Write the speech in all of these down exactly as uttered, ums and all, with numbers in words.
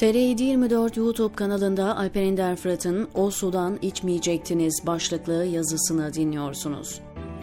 T R yedi yirmi dört YouTube kanalında Alper Ender Fırat'ın "O sudan içmeyecektiniz" başlıklı yazısını dinliyorsunuz.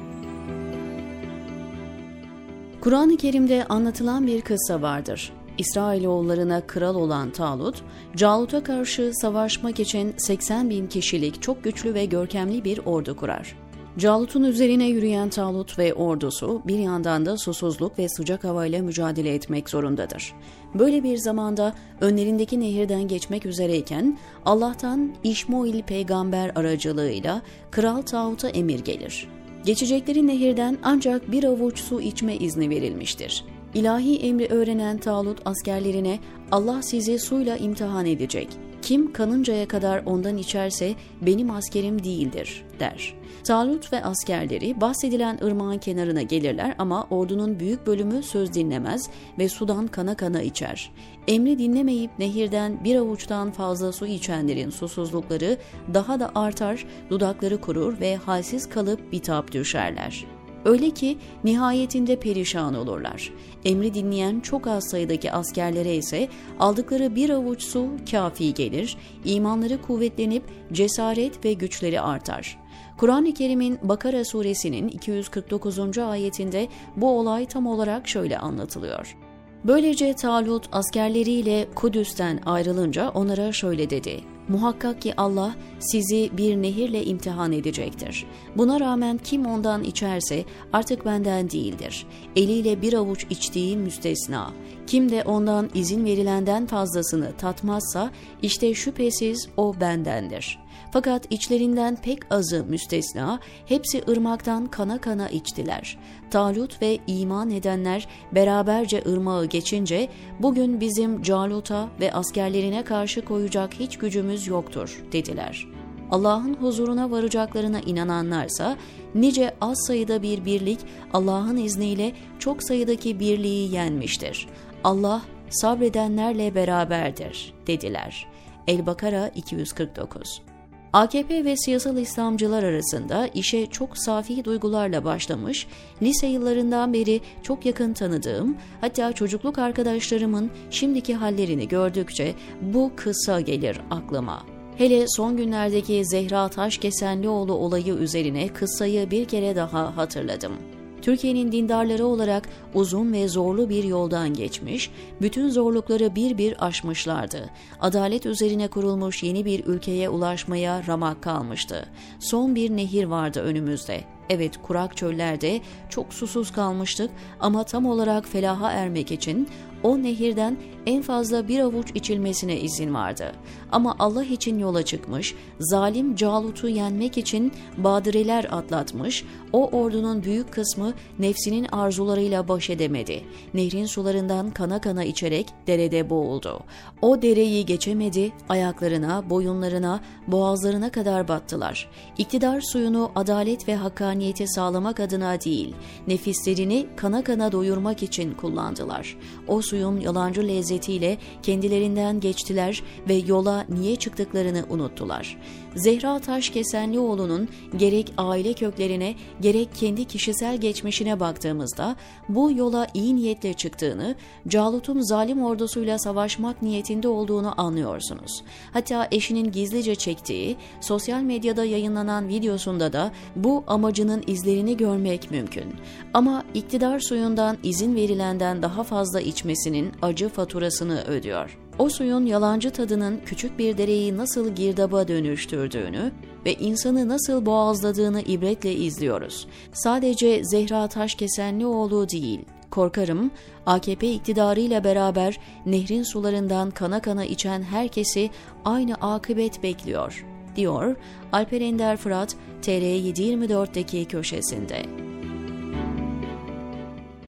Kur'an-ı Kerim'de anlatılan bir kıssa vardır. İsrailoğullarına kral olan Talut, Calut'a karşı savaşmak için seksen bin kişilik çok güçlü ve görkemli bir ordu kurar. Calut'un üzerine yürüyen Talut ve ordusu bir yandan da susuzluk ve sıcak havayla mücadele etmek zorundadır. Böyle bir zamanda önlerindeki nehirden geçmek üzereyken Allah'tan İşmoil peygamber aracılığıyla Kral Talut'a emir gelir. Geçecekleri nehirden ancak bir avuç su içme izni verilmiştir. İlahi emri öğrenen Talut askerlerine "Allah sizi suyla imtihan edecek. Kim kanıncaya kadar ondan içerse benim askerim değildir" der. Talut ve askerleri bahsedilen ırmağın kenarına gelirler ama ordunun büyük bölümü söz dinlemez ve sudan kana kana içer. Emri dinlemeyip nehirden bir avuçtan fazla su içenlerin susuzlukları daha da artar, dudakları kurur ve halsiz kalıp bitap düşerler. Öyle ki nihayetinde perişan olurlar. Emri dinleyen çok az sayıdaki askerlere ise aldıkları bir avuç su kafi gelir, imanları kuvvetlenip cesaret ve güçleri artar. Kur'an-ı Kerim'in Bakara suresinin iki yüz kırk dokuzuncu ayetinde bu olay tam olarak şöyle anlatılıyor. Böylece Talut askerleriyle Kudüs'ten ayrılınca onlara şöyle dedi: "Muhakkak ki Allah sizi bir nehirle imtihan edecektir. Buna rağmen kim ondan içerse artık benden değildir. Eliyle bir avuç içtiği müstesna. Kim de ondan izin verilenden fazlasını tatmazsa işte şüphesiz o bendendir. Fakat içlerinden pek azı müstesna, hepsi ırmaktan kana kana içtiler. Talut ve iman edenler beraberce ırmağı geçince, bugün bizim Calut'a ve askerlerine karşı koyacak hiç gücümüz yoktur" dediler. Allah'ın huzuruna varacaklarına inananlarsa, nice az sayıda bir birlik Allah'ın izniyle çok sayıdaki birliği yenmiştir. Allah sabredenlerle beraberdir dediler. El-Bakara iki yüz kırk dokuz. A K P ve siyasal İslamcılar arasında işe çok safi duygularla başlamış, lise yıllarından beri çok yakın tanıdığım, hatta çocukluk arkadaşlarımın şimdiki hallerini gördükçe bu kıssa gelir aklıma. Hele son günlerdeki Zehra Taşkesenlioğlu olayı üzerine kıssayı bir kere daha hatırladım. Türkiye'nin dindarları olarak uzun ve zorlu bir yoldan geçmiş, bütün zorlukları bir bir aşmışlardı. Adalet üzerine kurulmuş yeni bir ülkeye ulaşmaya ramak kalmıştı. Son bir nehir vardı önümüzde. Evet, kurak çöllerde çok susuz kalmıştık ama tam olarak felaha ermek için o nehirden en fazla bir avuç içilmesine izin vardı. Ama Allah için yola çıkmış, zalim Calut'u yenmek için badireler atlatmış, o ordunun büyük kısmı nefsinin arzularıyla baş edemedi. Nehrin sularından kana kana içerek derede boğuldu. O dereyi geçemedi, ayaklarına, boyunlarına, boğazlarına kadar battılar. İktidar suyunu adalet ve hakkaniyeti sağlamak adına değil, nefislerini kana kana doyurmak için kullandılar. O suyun yalancı lezzetiyle kendilerinden geçtiler ve yola niye çıktıklarını unuttular. Zehra Taşkesenlioğlu'nun gerek aile köklerine gerek kendi kişisel geçmişine baktığımızda bu yola iyi niyetle çıktığını, Calut'un zalim ordusuyla savaşmak niyetinde olduğunu anlıyorsunuz. Hatta eşinin gizlice çektiği, sosyal medyada yayınlanan videosunda da bu amacının izlerini görmek mümkün. Ama iktidar suyundan izin verilenden daha fazla içmesinin acı faturasını ödüyor. O suyun yalancı tadının küçük bir dereyi nasıl girdaba dönüştürdüğünü ve insanı nasıl boğazladığını ibretle izliyoruz. Sadece Zehra Taşkesenlioğlu değil, korkarım A K P iktidarıyla beraber nehrin sularından kana kana içen herkesi aynı akıbet bekliyor, diyor Alper Ender Fırat T R yedi yirmi dörtteki köşesinde.